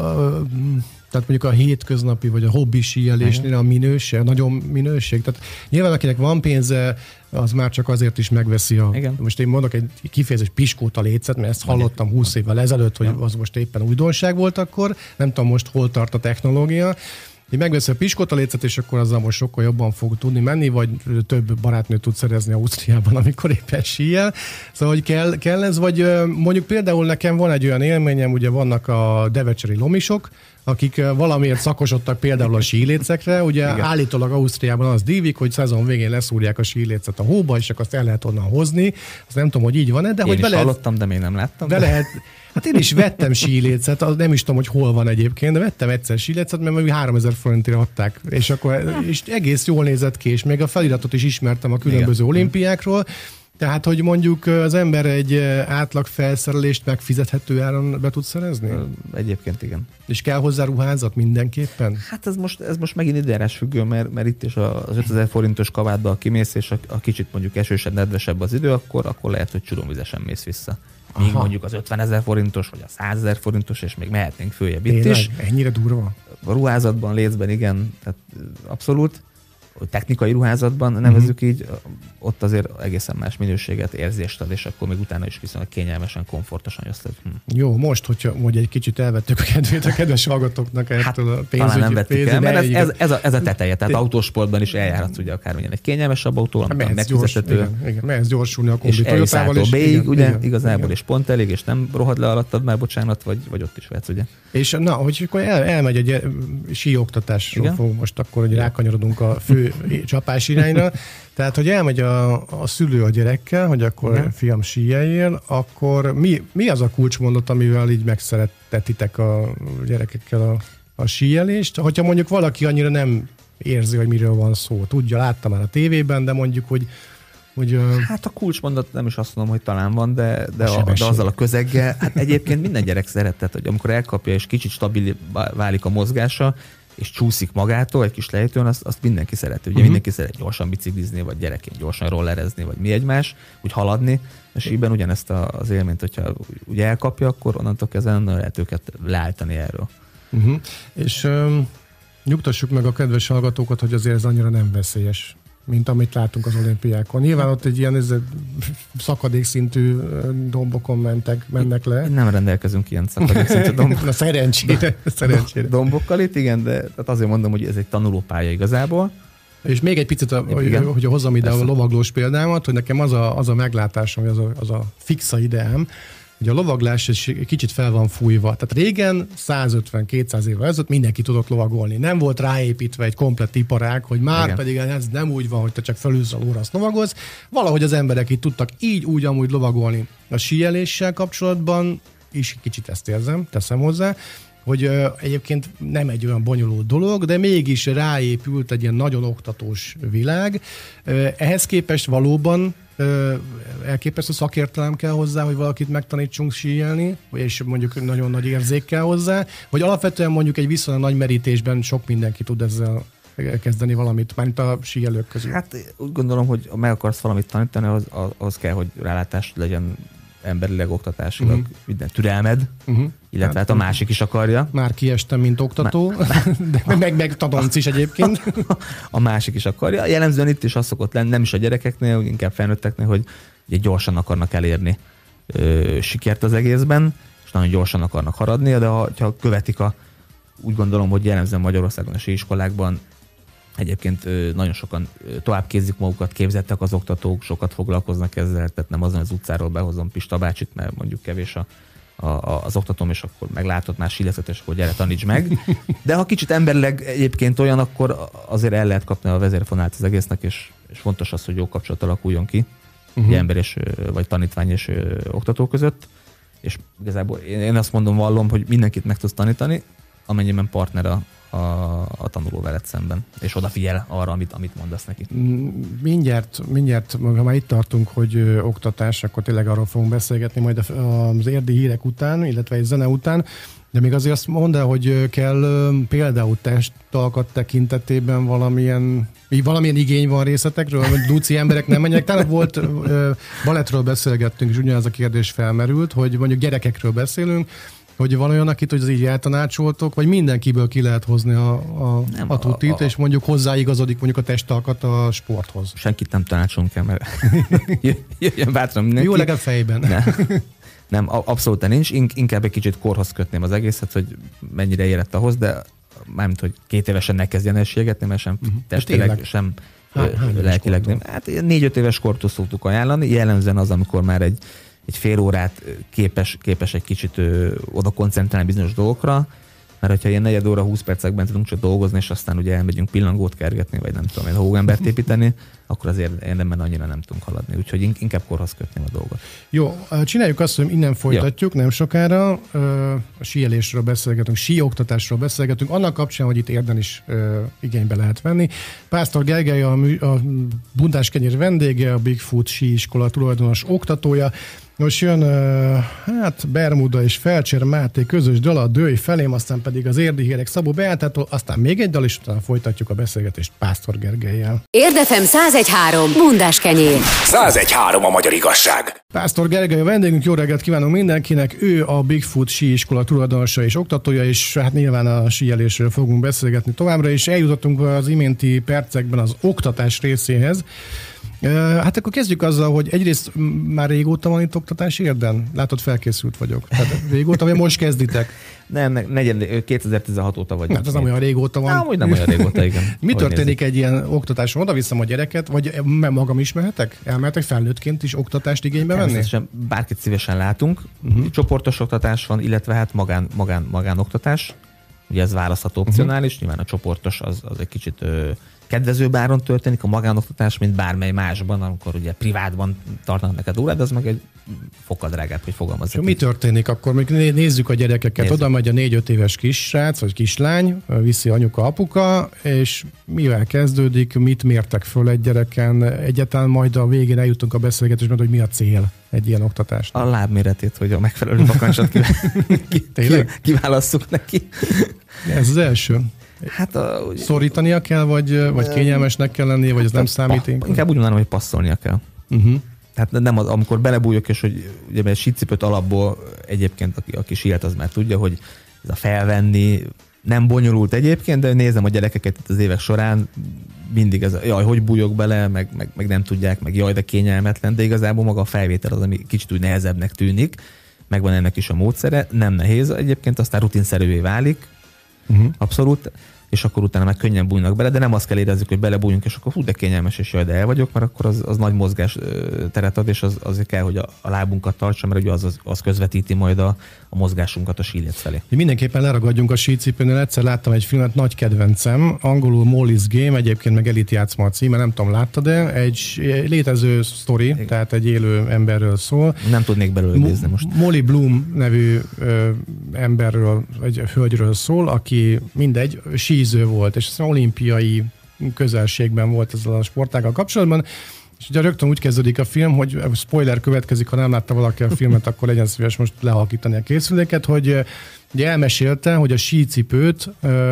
tehát mondjuk a hétköznapi vagy a hobbi síelésnél a minőség, nagyon minőség. Tehát nyilván akinek van pénze, az már csak azért is megveszi most én mondok egy kifejezés piskóta lécet, mert ezt hallottam 20 évvel ezelőtt, hogy az most éppen újdonság volt akkor, nem tudom most hol tart a technológia. Így megveszi a piskóta lécet, és akkor azzal most sokkal jobban fog tudni menni, vagy több barátnőt tud szerezni Ausztriában, amikor éppen síel. Szóval, hogy kell ez, vagy mondjuk például nekem van egy olyan élményem, ugye vannak a devecseri lomisok, akik valamiért szakosodtak például a sílécekre, ugye állítólag Ausztriában az dívik, hogy szezon végén leszúrják a sílécet a hóba, és akkor azt el lehet onnan hozni. Azt nem tudom, hogy így van-e, de én hogy is hallottam, de még nem láttam. Hát én is vettem sílécet, nem is tudom, hogy hol van egyébként, de vettem egyszer sílécet, mert meg 3000 forintira adták, és egész jól nézett ki, és még a feliratot is ismertem a különböző olimpiákról. Tehát, hogy mondjuk az ember egy átlag felszerelést megfizethető áron be tud szerezni? Egyébként igen. És kell hozzá ruházat mindenképpen? Hát ez most megint időjárás függő, mert itt is az 5000 forintos kabátba kimész, és a kicsit mondjuk esősebb, nedvesebb az idő, akkor lehet, hogy csuromvizesen mész vissza. Míg mondjuk az 50 000 forintos, vagy a 100 000 forintos, és még mehetnénk följebb itt is. Ennyire durva? A ruházatban, lécben igen, tehát abszolút. Technikai ruházatban nevezzük így, ott azért egészen más minőséget, érzést ad, és akkor még utána is viszonylag kényelmesen, komfortosan jössz. Jó, most, hogyha egy kicsit elvettük a kedvét a kedves hallgatóknak ettől a pénzügyi... Talán nem vettük el, mert ez a teteje, tehát autósportban is eljárhatsz ugye akármilyen egy kényelmesebb autó, megfizethető. Igen, mehetsz gyorsulni a kombi Toyotával is. B-ig, ugye, igazából, és pont elég, és nem rohad le alattad már, bocsánat, vagy ott is vehetsz, ugye. És na, hogy akkor elmegy egy síoktatásról fogunk most akkor, hogy rákanyarodunk a fő csapás irányra. Tehát, hogy elmegy a szülő a gyerekkel, hogy akkor fiam síeljél, akkor mi az a kulcsmondat, amivel így megszerettetitek a gyerekekkel a síelést? Hogyha mondjuk valaki annyira nem érzi, hogy miről van szó. Tudja, látta már a tévében, de mondjuk, hogy hát a kulcsmondat nem is azt mondom, hogy talán van, de azzal a közeggel. Hát egyébként minden gyerek szeretett, hogy amikor elkapja és kicsit stabil válik a mozgása, és csúszik magától egy kis lejtőn, azt mindenki szereti. Ugye mindenki szeret gyorsan biciklizni, vagy gyerekként gyorsan rollerezni, vagy mi egymás, úgy haladni. A síben ugyanezt az élményt, hogyha ugye elkapja, akkor onnantól kezdve lehet őket leállítani erről. És nyugtassuk meg a kedves hallgatókat, hogy azért ez annyira nem veszélyes. mint amit látunk az olimpiákon. Nyilván ott egy ilyen szakadékszintű dombokon mennek le. Nem rendelkezünk ilyen szakadékszintű dombokkal. Na szerencsére. Dombokkal itt, igen, de azért mondom, hogy ez egy tanulópálya igazából. És még egy picit, hogy hozzam ide a lovaglós példámat, hogy nekem az a meglátásom, az a fixa ideám, hogy a lovaglás egy kicsit fel van fújva. Tehát régen 150-200 évvel ezelőtt mindenki tudott lovagolni. Nem volt ráépítve egy komplett iparág, hogy már igen. Pedig ez nem úgy van, hogy te csak felülsz a lóra, azt lovagolsz. Valahogy az emberek itt tudtak így úgy amúgy lovagolni. A síeléssel kapcsolatban is kicsit ezt érzem, teszem hozzá, hogy egyébként nem egy olyan bonyolult dolog, de mégis ráépült egy ilyen nagyon oktatós világ. Ehhez képest valóban elképesztő szakértelem kell hozzá, hogy valakit megtanítsunk síelni, és mondjuk nagyon nagy érzék kell hozzá, vagy alapvetően mondjuk egy viszonylag nagy merítésben sok mindenki tud ezzel kezdeni valamit, mármint a síelők közül. Hát úgy gondolom, hogy meg akarsz valamit tanítani, az kell, hogy rálátás legyen emberileg, oktatásilag, minden türelmed, illetve hát a másik is akarja. Már kiestem, mint oktató, de meg tanonc is egyébként. A másik is akarja. Jellemzően itt is az szokott lenni, nem is a gyerekeknél, inkább felnőtteknél, hogy ugye gyorsan akarnak elérni sikert az egészben, és nagyon gyorsan akarnak haradni, de ha követik úgy gondolom, hogy jellemzően Magyarországon a síiskolákban egyébként nagyon sokan tovább képzik magukat, képzettek az oktatók, sokat foglalkoznak ezzel, tehát nem azon az utcáról behozom Pista bácsit, mert mondjuk kevés az oktatóm, és akkor meglátod más síleszet, és akkor gyere, taníts meg. De ha kicsit emberileg egyébként olyan, akkor azért el lehet kapni a vezérfonát az egésznek, és fontos az, hogy jó kapcsolat alakuljon ki ember és vagy tanítvány és oktató között. És igazából én azt mondom, vallom, hogy mindenkit meg tudsz tanítani, amennyiben partner a tanuló veled szemben, és odafigyel arra, amit mondasz neki. Mindjárt, ha már itt tartunk, hogy oktatás, akkor tényleg arról fogunk beszélgetni majd az érdi hírek után, illetve egy zene után, de még azért azt mondd el, hogy kell például testalkat tekintetében valamilyen igény van részletekről, hogy duci emberek nem menjenek. Talán volt, balettről beszélgettünk, és ugyanaz a kérdés felmerült, hogy mondjuk gyerekekről beszélünk, hogy van olyan, akit, hogy az így eltanácsoltok, vagy mindenkiből ki lehet hozni a tutit, és mondjuk hozzáigazodik mondjuk a testalkat a sporthoz. Senkit nem tanácsolunk el, mert jöjjön bátran mindenki. Jó, legalább fejben. Nem, abszolút nincs. Inkább egy kicsit korhoz kötném az egészet, hogy mennyire érett ahhoz, de mármint, hogy 2 évesen ne kezdjen el siegetni, mert sem testileg, sem lelkileg nem. Hát 4-5 éves kortól szoktuk ajánlani. Jellemzően az, amikor már egy fél órát képes egy kicsit oda koncentrálni bizonyos dolgokra, mert hogyha ilyen 4 óra 20 percekben tudunk csak dolgozni, és aztán ugye elmegyünk pillangót kergetni, vagy nem tudom én, hóembert építeni, akkor azért érdemben annyira nem tudunk haladni. Úgyhogy inkább korhoz kötném a dolgot. Jó, csináljuk azt, hogy innen folytatjuk, nem sokára. A síelésről beszélgetünk, síoktatásról beszélgetünk, annak kapcsán, hogy itt Érden is igénybe lehet venni. Pásztor Gergely a Bundás Kenyér vendége, a Bigfoot síiskola tulajdonos oktatója. Most jön Bermuda és Felcsér Máté közös dal a Dőj felém, aztán pedig az érdi hírek Szabó Beátától, aztán még egy dal, és utána folytatjuk a beszélgetést Pásztor Gergellyel. Érdefem 101.3 Bundás Kenyér. 101.3 a magyar igazság. Pásztor Gergely a vendégünk, jó reggelt kívánunk mindenkinek. Ő a Bigfoot síiskola tulajdonosa és oktatója, és hát nyilván a síelésről fogunk beszélgetni továbbra, és eljutottunk az iménti percekben az oktatás részéhez. Hát akkor kezdjük azzal, hogy egyrészt már régóta van itt oktatás Érden? Látod, felkészült vagyok. Tehát régóta, vagy most kezditek? Nem, 2016 óta vagyunk. Hát ez nem olyan régóta van. Nem olyan régóta, igen. Mi történik egy ilyen oktatáson? Oda viszem a gyereket, vagy magam is mehetek? Elmehetek felnőttként is oktatást igénybe venni? Bárkit szívesen látunk. Csoportos oktatás van, illetve hát magánoktatás. Ugye ez választható opcionális, nyilván a csoportos az egy kicsit kedvezőbb áron történik, a magánoktatás, mint bármely másban, amikor ugye privátban tartanak neked órát, az meg egy fokkal drágább, hogy fogalmazzak. Mi történik akkor? Még nézzük a gyerekeket. Oda megy a 4-5 éves kissrác, vagy kislány, viszi anyuka, apuka, és mivel kezdődik, mit mértek föl egy gyereken? Egyáltalán majd a végén eljutunk a beszélgetésben, hogy mi a cél egy ilyen oktatást. A lábméretét, hogy a megfelelő vakancsot kiválasszuk neki. Ez az első. Hát szorítania kell, vagy kényelmesnek kell lennie, vagy ez nem számít? Inkább úgy mondanám, hogy passzolnia kell. Tehát nem amikor belebújok, és hogy ugye sícipőt alapból egyébként, aki síelt, az már tudja, hogy ez a felvenni, Nem bonyolult egyébként, de nézem a gyerekeket itt az évek során, mindig ez, jaj, hogy bújok bele, meg nem tudják, meg jaj, de kényelmetlen, de igazából maga a felvétel az, ami kicsit úgy nehezebbnek tűnik, megvan ennek is a módszere, nem nehéz egyébként, aztán rutinszerűvé válik, abszolút, és akkor utána meg könnyen bújnak bele, de nem azt kell érezzük, hogy belebújjunk, és akkor hú, de kényelmes, és jaj, de el vagyok, mert akkor az nagy mozgás teret ad, és az kell, hogy a lábunkat tartsa, mert ugye az közvetíti majd a mozgásunkat a síléc felé. Mindenképpen leragadjunk a sícipőnél. Egyszer láttam egy filmet, nagy kedvencem, angolul Molly's Game, egyébként meg Elite játszma a címe, nem tudom, láttad-e? Egy létező sztori, igen. Tehát egy élő emberről szól. Nem tudnék belőle idézni most. Molly Bloom nevű emberről, egy hölgyről szól, aki mindegy, síző volt, és aztán olimpiai közelségben volt ezzel a sportággal kapcsolatban, és ugye rögtön úgy kezdődik a film, hogy spoiler következik, ha nem látta valaki a filmet, akkor legyen szíves most lehalkítani a készüléket, hogy ugye elmesélte, hogy a sícipőt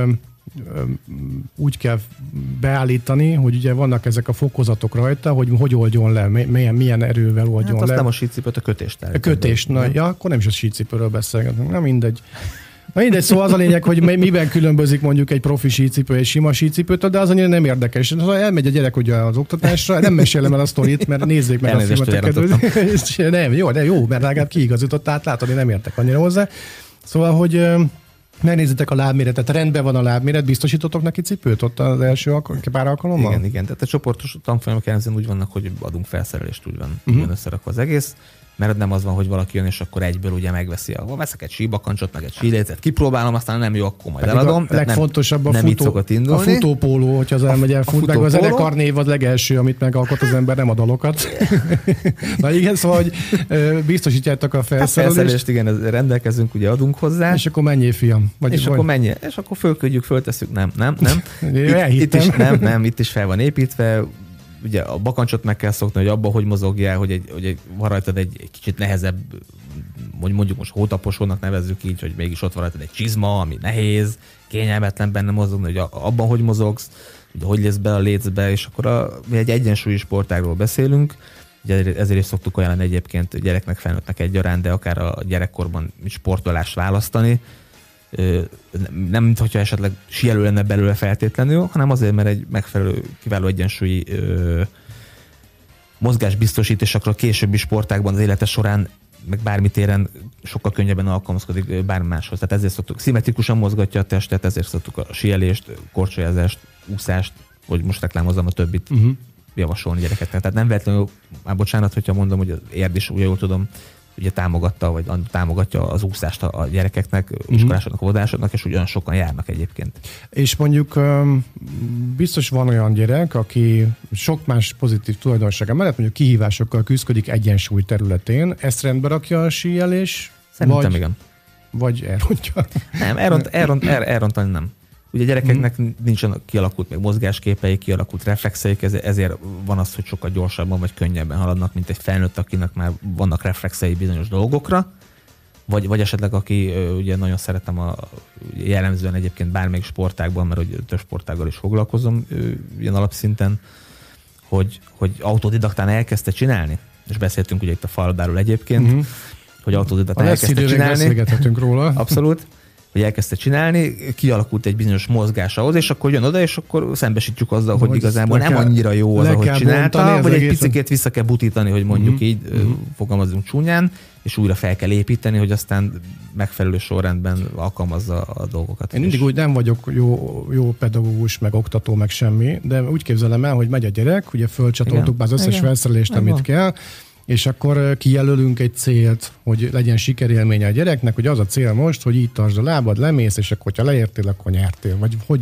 úgy kell beállítani, hogy ugye vannak ezek a fokozatok rajta, hogy oldjon le, milyen erővel oldjon le. Hát nem a sícipőt, a kötést. A kötést, ja, akkor nem is a sícipőről beszélgetünk, nem mindegy. Na mindegy, szóval az a lényeg, hogy miben különbözik mondjuk egy profi sícipő egy sima sícipőtől, de az annyira nem érdekes. Szóval elmegy a gyerek ugye az oktatásra, nem mesélem el a sztorit, mert nézzék meg a filmet. Nem, jó, mert legalább kiigazított, tehát látod, én nem értek annyira hozzá. Szóval, hogy megnézitek a lábméretet, rendben van a lábméret, biztosítotok neki cipőt ott az első pár alkalommal? Igen, tehát a csoportos tanfolyamok jellemzően úgy vannak, hogy adunk felszerelést, úgy van összerakva az egész. Mert nem az van, hogy valaki jön, és akkor egyből ugye megveszi, veszek egy síbakancsot, meg egy sílécet, kipróbálom, aztán nem jó, akkor majd eladom. A legfontosabb a futópóló, hogyha az elmegy elfut, meg a zenekarnév az legelső, amit megalkot az ember, nem a dalokat. Na igen, szóval, hogy biztosítjátok a felszerelést. Igen, rendelkezünk, ugye adunk hozzá. És akkor menjél, fiam. Akkor menjél, és akkor fölködjük, föltesszük, nem. Itt is fel van építve. Ugye a bakancsot meg kell szokni, hogy abba, hogy mozogjál, hogy van rajtad egy kicsit nehezebb, mondjuk most hótaposónak nevezzük így, hogy mégis ott van rajtad egy csizma, ami nehéz, kényelmetlen benne mozogni, hogy abban hogy mozogsz, hogy lész be a lécbe, és akkor mi egy egyensúlyi sportágról beszélünk, ugye ezért is szoktuk ajánlani egyébként gyereknek, felnőttnek egyaránt, de akár a gyerekkorban sportolást választani, nem mint hogyha esetleg síelő lenne belőle feltétlenül, hanem azért, mert egy megfelelő, kiváló egyensúlyi mozgás biztosít, és akkor a későbbi sportákban az élete során, meg bármi téren sokkal könnyebben alkalmazkodik bármi máshoz. Tehát ezért szoktuk, szimmetrikusan mozgatja a testet, ezért szoktuk a síelést, korcsolyázást, úszást, hogy most reklámozzam a többit, javasolni gyerekeknek. Tehát nem véletlenül, már bocsánat, hogyha mondom, hogy az Érd is, úgy jól tudom, ugye támogatja az úszást a gyerekeknek, iskolásoknak, óvodásoknak, és ugyan sokan járnak egyébként. És mondjuk biztos van olyan gyerek, aki sok más pozitív tulajdonsága mellett mondjuk kihívásokkal küzdik egyensúly területén. Ezt rendbe rakja a síelés? Szerintem igen. Vagy elrontja? Nem, elrontani nem. Ugye a gyerekeknek nincsen kialakult még mozgásképeik, kialakult reflexeik, ezért van az, hogy sokkal gyorsabban vagy könnyebben haladnak, mint egy felnőtt, akinek már vannak reflexei bizonyos dolgokra, vagy esetleg aki ugye nagyon szeretem jellemzően egyébként bármelyik sportágban, mert hogy több sportággal is foglalkozom ilyen alapszinten, hogy autodidaktán elkezdte csinálni, és beszéltünk ugye itt a falabdáról egyébként, hogy autodidaktán elkezdte csinálni. Beszélgethetünk róla. Abszolút. Hogy elkezdte csinálni, kialakult egy bizonyos mozgás ahhoz, és akkor jön oda, és akkor szembesítjük azzal, hogy igazából nem annyira jó az, ahogy csinálta, vagy egy picikét vissza kell butítani, hogy mondjuk így fogalmazunk csúnyán, és újra fel kell építeni, hogy aztán megfelelő sorrendben alkalmazza a dolgokat. Én mindig úgy nem vagyok jó pedagógus, meg oktató, meg semmi, de úgy képzelem el, hogy megy a gyerek, ugye fölcsatoltuk be az összes felszerelést, amit kell, és akkor kijelölünk egy célt, hogy legyen sikerélménye a gyereknek, hogy az a cél most, hogy így tartsd a lábad, lemész, és akkor, hogyha leértél, akkor nyertél.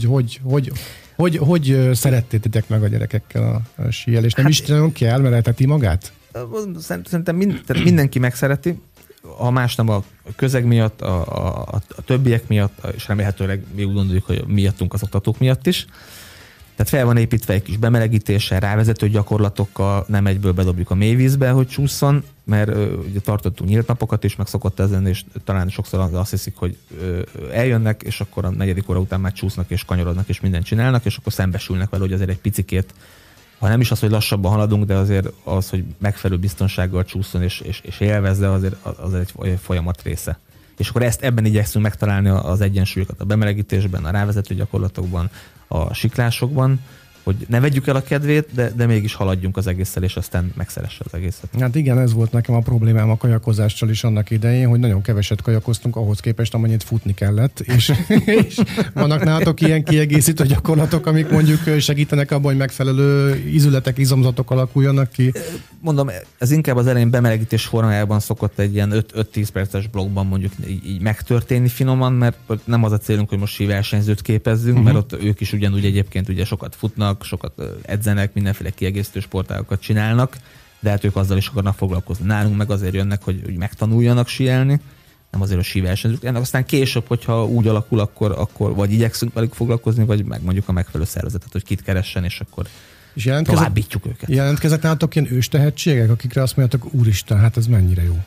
Vagy hogy szerettétek meg a gyerekekkel a síelést? Nem is nagyon kell, mert elteti magát? Szerintem mindenki megszereti, ha más nem a közeg miatt, a többiek miatt, és remélhetőleg mi úgy gondoljuk, hogy miattunk az oktatók miatt is. Tehát fel van építve egy kis bemelegítéssel, rávezető gyakorlatokkal, nem egyből bedobjuk a mélyvízbe, hogy csúszson, mert ugye tartottunk nyílt napokat is, meg szokott ezen, és talán sokszor azt hiszik, hogy eljönnek, és akkor a 4. óra után már csúsznak és kanyarodnak, és mindent csinálnak, és akkor szembesülnek vele, hogy azért egy picikét, ha nem is az, hogy lassabban haladunk, de azért az, hogy megfelelő biztonsággal csúszson és élvezze, azért egy folyamat része. és akkor ebben igyekszünk megtalálni az egyensúlyokat a bemelegítésben, a rávezető gyakorlatokban, a siklásokban, hogy ne vegyük el a kedvét, de mégis haladjunk az egésszel, és aztán megszeresse az egészet. Hát igen, ez volt nekem a problémám a kajakozással is annak idején, hogy nagyon keveset kajakoztunk ahhoz képest, amennyit futni kellett, és vannak nálatok ilyen kiegészítő gyakorlatok, amik mondjuk segítenek abban, hogy megfelelő ízületek, izomzatok alakuljanak ki? Mondom, ez inkább az elején bemelegítés formájában szokott egy ilyen 5-10 perces blokkban mondjuk így megtörténni finoman, mert nem az a célunk, hogy most síversenyzőt képezzünk, mert ott ők is ugyanúgy egyébként ugye sokat futnak, sokat edzenek, mindenféle kiegészítő sportágokat csinálnak, de hát ők azzal is akarnak foglalkozni. Nálunk meg azért jönnek, hogy megtanuljanak síelni, nem azért a síversenyzők. Ennek aztán később, hogyha úgy alakul, akkor vagy igyekszünk velük foglalkozni, vagy megmondjuk a megfelelő szervezetet, hogy kit keressen, és akkor továbbítjuk őket. Jelentkezett nálatok ilyen őstehetségek, akikre azt mondjátok, úristen, hát ez mennyire jó.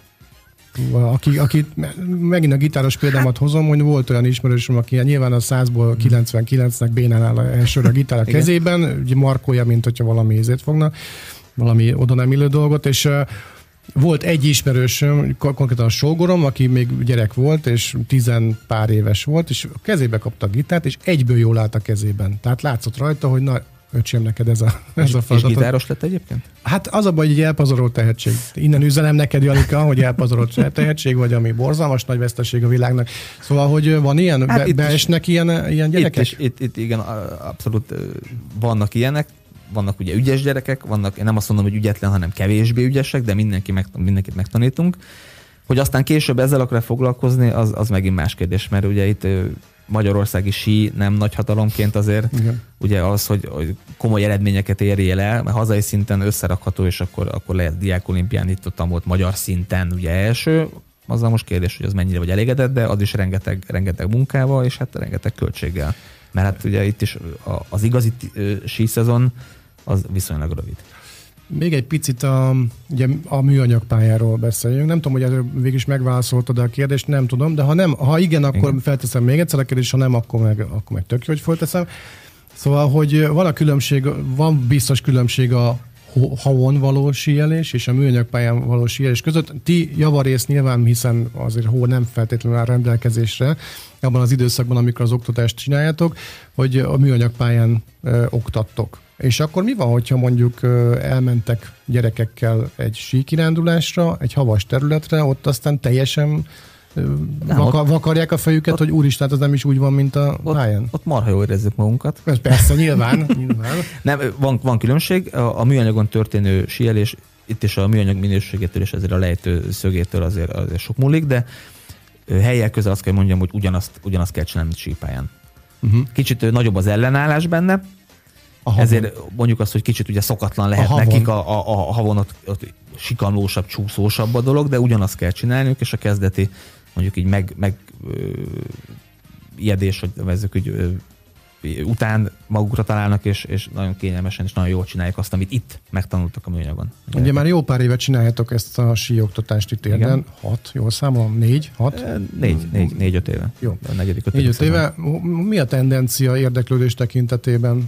Aki megint a gitáros példámat hozom, hogy volt olyan ismerősöm, aki nyilván a 100-ból 99-nek bénán áll elsőre a gitár a kezében, ugye markolja, mint hogyha valami ízét fogna, valami oda nem illő dolgot, és volt egy ismerősöm, konkrétan a sógorom, aki még gyerek volt, és 10 pár éves volt, és a kezébe kapta a gitárt, és egyből jól állt a kezében. Tehát látszott rajta, hogy na, öcsém, neked ez a feladat. És gitáros lett egyébként? Hát az a baj, hogy egy elpazarolt tehetség. Innen üzenem neked, Jalika, hogy elpazarolt tehetség, vagy ami borzalmas nagy veszteség a világnak. Szóval, hogy van ilyen, hát beesnek ilyen gyerekek? Itt igen, abszolút vannak ilyenek. Vannak ugye ügyes gyerekek, vannak, én nem azt mondom, hogy ügyetlen, hanem kevésbé ügyesek, de mindenkit megtanítunk. Hogy aztán később ezzel akar foglalkozni, az megint más kérdés, mert ugye itt magyarországi sí nem nagy hatalomként azért, igen. Ugye az, hogy komoly eredményeket érjél el, mert hazai szinten összerakható, és akkor lehet diákolimpián, itt ott volt magyar szinten ugye első, azzal most kérdés, hogy az mennyire vagy elégedett, de az is rengeteg munkával, és hát rengeteg költséggel. Mert hát ugye itt is az igazi sí szezon az viszonylag rövid. Még egy picit ugye a műanyag pályáról beszéljünk. Nem tudom, hogy végig is megválaszoltad a kérdést, nem tudom, de ha igen, akkor felteszem még egyszer a kérdést, ha nem, akkor meg tök jó, hogy felteszem. Szóval, hogy van biztos különbség a havon való síelés és a műanyag pályán való síelés között. Ti javarészt nyilván, hiszen azért hó nem feltétlenül áll rendelkezésre abban az időszakban, amikor az oktatást csináljátok, hogy a műanyag pályán oktattok. És akkor mi van, hogyha mondjuk elmentek gyerekekkel egy síkirándulásra, egy havas területre, ott aztán teljesen vakarják a fejüket, hogy úristen, az nem is úgy van, mint a pályán? Ott marha jól érezzük magunkat. Persze, nyilván. Nem, van különbség. A műanyagon történő síelés, itt is a műanyag minőségétől és ezért a lejtő szögétől azért sok múlik, de helyek közel azt kell mondjam, hogy ugyanazt kell csinálni, mint sípályán. Kicsit nagyobb az ellenállás benne, ezért mondjuk azt, hogy kicsit ugye szokatlan lehet nekik a havon ott sikamlósabb, csúszósabb a dolog, de ugyanazt kell csinálniuk, és a kezdeti mondjuk így meg ijedés, hogy nevezzük, hogy után magukra találnak, és nagyon kényelmesen és nagyon jól csinálják azt, amit itt megtanultak a műanyagon. Ugye már jó pár évet csináljátok ezt a síoktatást itt Érden. 6, jól számolom? 4, 6? 4-5 éve. Jó. 4-5 éve. Mi a tendencia érdeklődés tekintetében?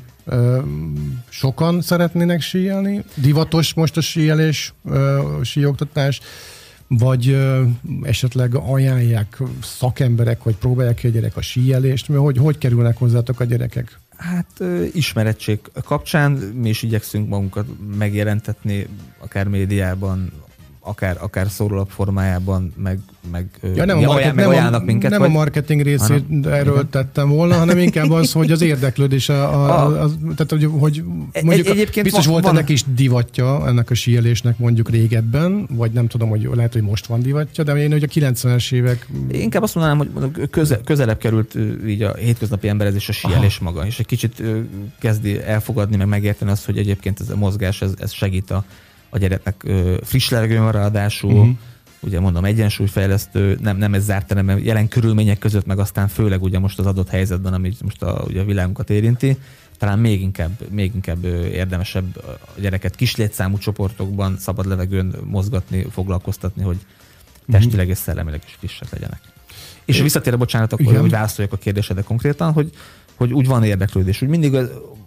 Sokan szeretnének síelni? Divatos most a síelés, síoktatás? Vagy esetleg ajánlják szakemberek, hogy próbálják ki a gyerek a síelést? Hogy kerülnek hozzátok a gyerekek? Hát ismerettség kapcsán mi is igyekszünk magunkat megjelentetni, akár médiában, akár szórólap formájában, meg ajánlnak minket. Nem a marketing részét erről tettem volna, hanem inkább az, hogy az érdeklődés, tehát hogy mondjuk biztos volt ennek is divatja, ennek a síelésnek mondjuk régebben, vagy nem tudom, hogy lehet, hogy most van divatja, de én hogy a 90-es évek... Inkább azt mondanám, hogy közelebb került így a hétköznapi emberezés a síelés maga, és egy kicsit kezdi elfogadni, meg megérteni azt, hogy egyébként ez a mozgás, ez segít a gyereknek friss levegőn ráadásul, ugye mondom, egyensúlyfejlesztő, nem ez zárt teremben, jelen körülmények között, meg aztán főleg ugye most az adott helyzetben, ami most ugye a világunkat érinti, talán még inkább érdemesebb a gyereket kis létszámú csoportokban, szabad levegőn mozgatni, foglalkoztatni, hogy testileg és szellemileg is frissek legyenek. És visszatérve, bocsánat, akkor hogy válaszoljak a kérdésedre konkrétan, hogy úgy van érdeklődés. Úgy mindig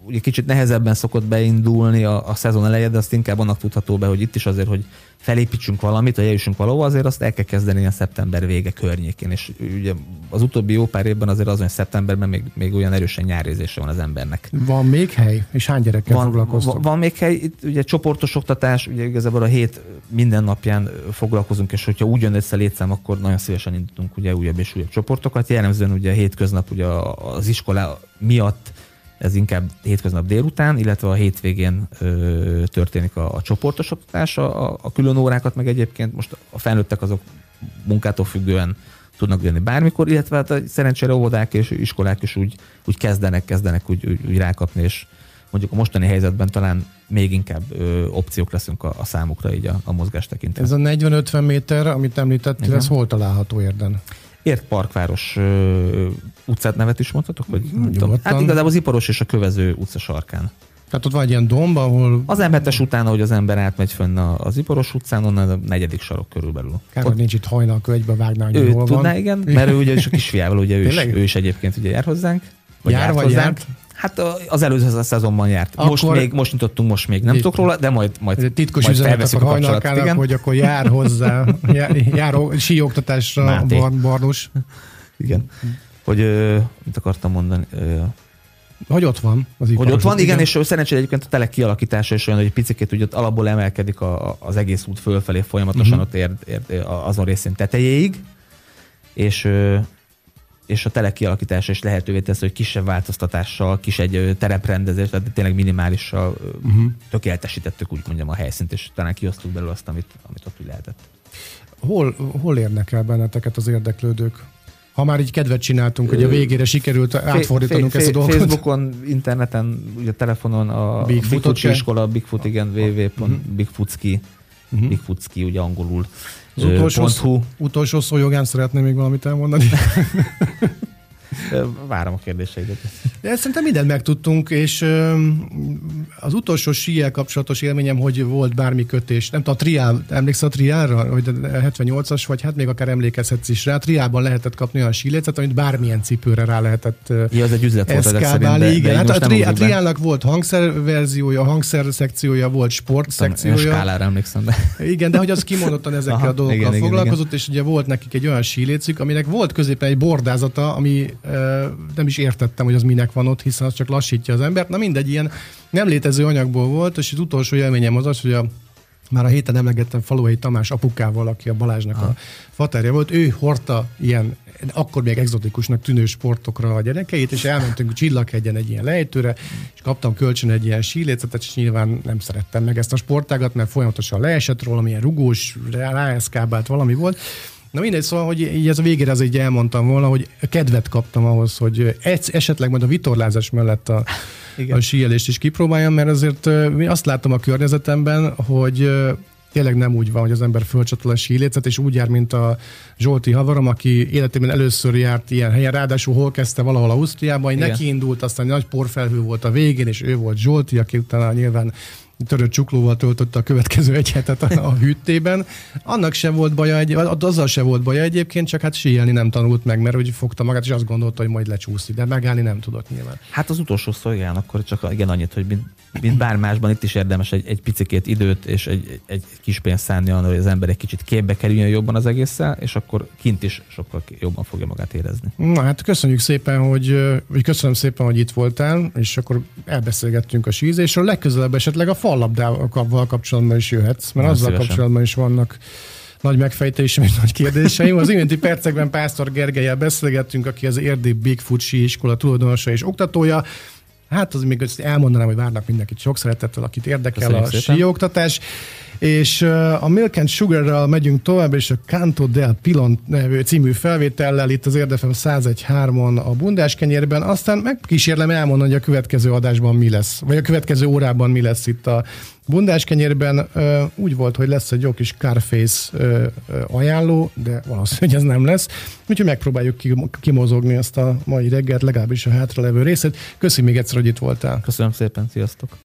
ugye kicsit nehezebben szokott beindulni a szezon elején, de azt inkább annak tudható be, hogy itt is azért, hogy felépítsünk valamit, hogy eljussunk valahova, azért azt el kell kezdeni a szeptember vége környékén. És ugye az utóbbi jó pár évben azért az, hogy szeptemberben még olyan erősen nyárézése van az embernek. Van még hely? És hány gyerekkel foglalkoztok? Van még hely, itt ugye csoportos oktatás, ugye igazából a hét minden napján foglalkozunk, és hogyha úgy jön össze létszám, akkor nagyon szívesen indítunk ugye újabb és újabb csoportokat. Jellemzően ugye a hétköznap ugye az iskola miatt ez inkább hétköznap délután, illetve a hétvégén történik a csoportos oktatás, a külön órákat meg egyébként most a felnőttek azok munkától függően tudnak jönni bármikor, illetve hát szerencsére óvodák és iskolák is úgy kezdenek úgy rákapni, és mondjuk a mostani helyzetben talán még inkább opciók leszünk a számukra így a mozgás tekintve. Ez a 40-50 méter, amit említettél, ez hol található Érden? Ért Parkváros utcát nevet is mondhatok? Vagy, hát igazából az Iparos és a Kövező utca sarkán. Tehát ott van egy ilyen domb, ahol... Az M7-es után, ahogy az ember átmegy fönn az Iparos utcán, onnan a 4. sarok körülbelül. Kár, hogy nincs itt Hajnalkő, egybe vágná, hogy hol van. Tudná, igen, mert ő ugye is a kisfiával, ugye ő is egyébként ugye jár hozzánk. Járt? Hát az előző szezonban járt. Akkor most nyitottunk, most még nem tudok róla, de majd titkos üzenet a Hajnalkának, hogy akkor jár hozzá, jár síoktatásra Barnus. Igen. Hogy mit akartam mondani? Hogy ott van az Iparos. Hogy ott van, igen, és szerencsére egyébként a telek kialakítása is olyan, hogy picikét ugye alapból emelkedik az egész út fölfelé folyamatosan ott azon részén tetejéig, és a telek kialakítása is lehetővé tesz, hogy kisebb változtatással, kis egy tereprendezés, tehát tényleg minimálisan tökéletesítettük, úgy mondjam, a helyszínt, és talán kiosztuk belőle azt, amit ott úgy lehetett. Hol érnek el benneteket az érdeklődők? Ha már így kedvet csináltunk, hogy a végére sikerült átfordítanunk ezt a dolgot. Facebookon, interneten, ugye telefonon a Bigfoot iskola, Bigfoot, igen, www.bigfootski, Bigfootski, ugye angolul. Az utolsó szó jogán szeretném még valamit elmondani. Várom a kérdéseidet. De szerintem mindent megtudtunk, és az utolsó síjjel kapcsolatos élményem, hogy volt bármi kötés. Nem tudom, a triál, emlékszel a triálra? Hogy 78-as, vagy hát még akár emlékezhetsz is rá. A triálban lehetett kapni olyan sílécet, amit bármilyen cipőre rá lehetett az egy üzlet volt ezek szerint, igen. Hát a triálnak volt hangszerverziója, hangszerszekciója, volt sportszekciója. Skálára emlékszem. Igen, de hogy az kimondottan ezekkel a dolgokkal foglalkozott, és ugye volt nekik egy olyan sílécük, aminek volt középen egy bordázata, ami nem is értettem, hogy az minek van ott, hiszen az csak lassítja az embert. Na mindegy, ilyen nem létező anyagból volt, és az utolsó élményem az, hogy már a héten emlegettem Faluhelyi Tamás apukával, aki a Balázsnak a faterja volt, ő hordta ilyen, akkor még egzotikusnak tűnő sportokra a gyerekeit, és elmentünk Csillaghegyen egy ilyen lejtőre, és kaptam kölcsön egy ilyen sílécetet, és nyilván nem szerettem meg ezt a sportágat, mert folyamatosan leesett róla, milyen rugós, ráeszkábált valami volt. Na mindegy, szóval, hogy így ez a végére az így elmondtam volna, hogy kedvet kaptam ahhoz, hogy esetleg majd a vitorlázás mellett a síelést is kipróbáljam, mert azért azt látom a környezetemben, hogy tényleg nem úgy van, hogy az ember fölcsatol a sílécet, és úgy jár, mint a Zsolti havarom, aki életében először járt ilyen helyen, ráadásul hol kezdte valahol Ausztriában, hogy neki indult, aztán nagy porfelhő volt a végén, és ő volt Zsolti, aki utána nyilván törött csuklóval töltötte a következő egy hetet a hűtében. Annak sem volt baja, azzal sem volt baja egyébként, csak hát síelni nem tanult meg, mert úgy fogta magát, és azt gondolta, hogy majd lecsúszik, de megállni nem tudott nyilván. Hát az utolsó szó, igen, akkor csak igen annyit, hogy mint bár másban itt is érdemes egy picikét időt és egy kis pénzt szánni arra, hogy az ember egy kicsit képbe kerüljön jobban az egésszel, és akkor kint is sokkal jobban fogja magát érezni. Na hát köszönjük szépen, hogy köszönöm szépen, hogy itt voltál, és akkor elbeszélgettünk a sízésről. Legközelebb esetleg a fallabdával kapcsolatban is jöhetsz, mert azzal kapcsolatban is vannak nagy megfejtésem és nagy kérdéseim. Az iménti percekben Pásztor Gergellyel beszélgettünk, aki az Érdi Bigfoot sí iskola tulajdonosa és oktatója. Hát az még elmondanám, hogy várnak mindenkit sok szeretettel, akit érdekel a síoktatás. És a Milk and Sugar-ral megyünk tovább, és a Canto del Pilon című felvétellel itt az Érdefem 101.3-on a Bundáskenyérben. Aztán megkísérlem elmondani, hogy a következő adásban mi lesz, vagy a következő órában mi lesz itt a Bundáskenyérben. Úgy volt, hogy lesz egy jó kis Carface ajánló, de valószínűleg ez nem lesz. Úgyhogy megpróbáljuk kimozogni ezt a mai reggelt, legalábbis a hátralevő részét. Köszönjük még egyszer, hogy itt voltál. Köszönöm szépen, sziasztok!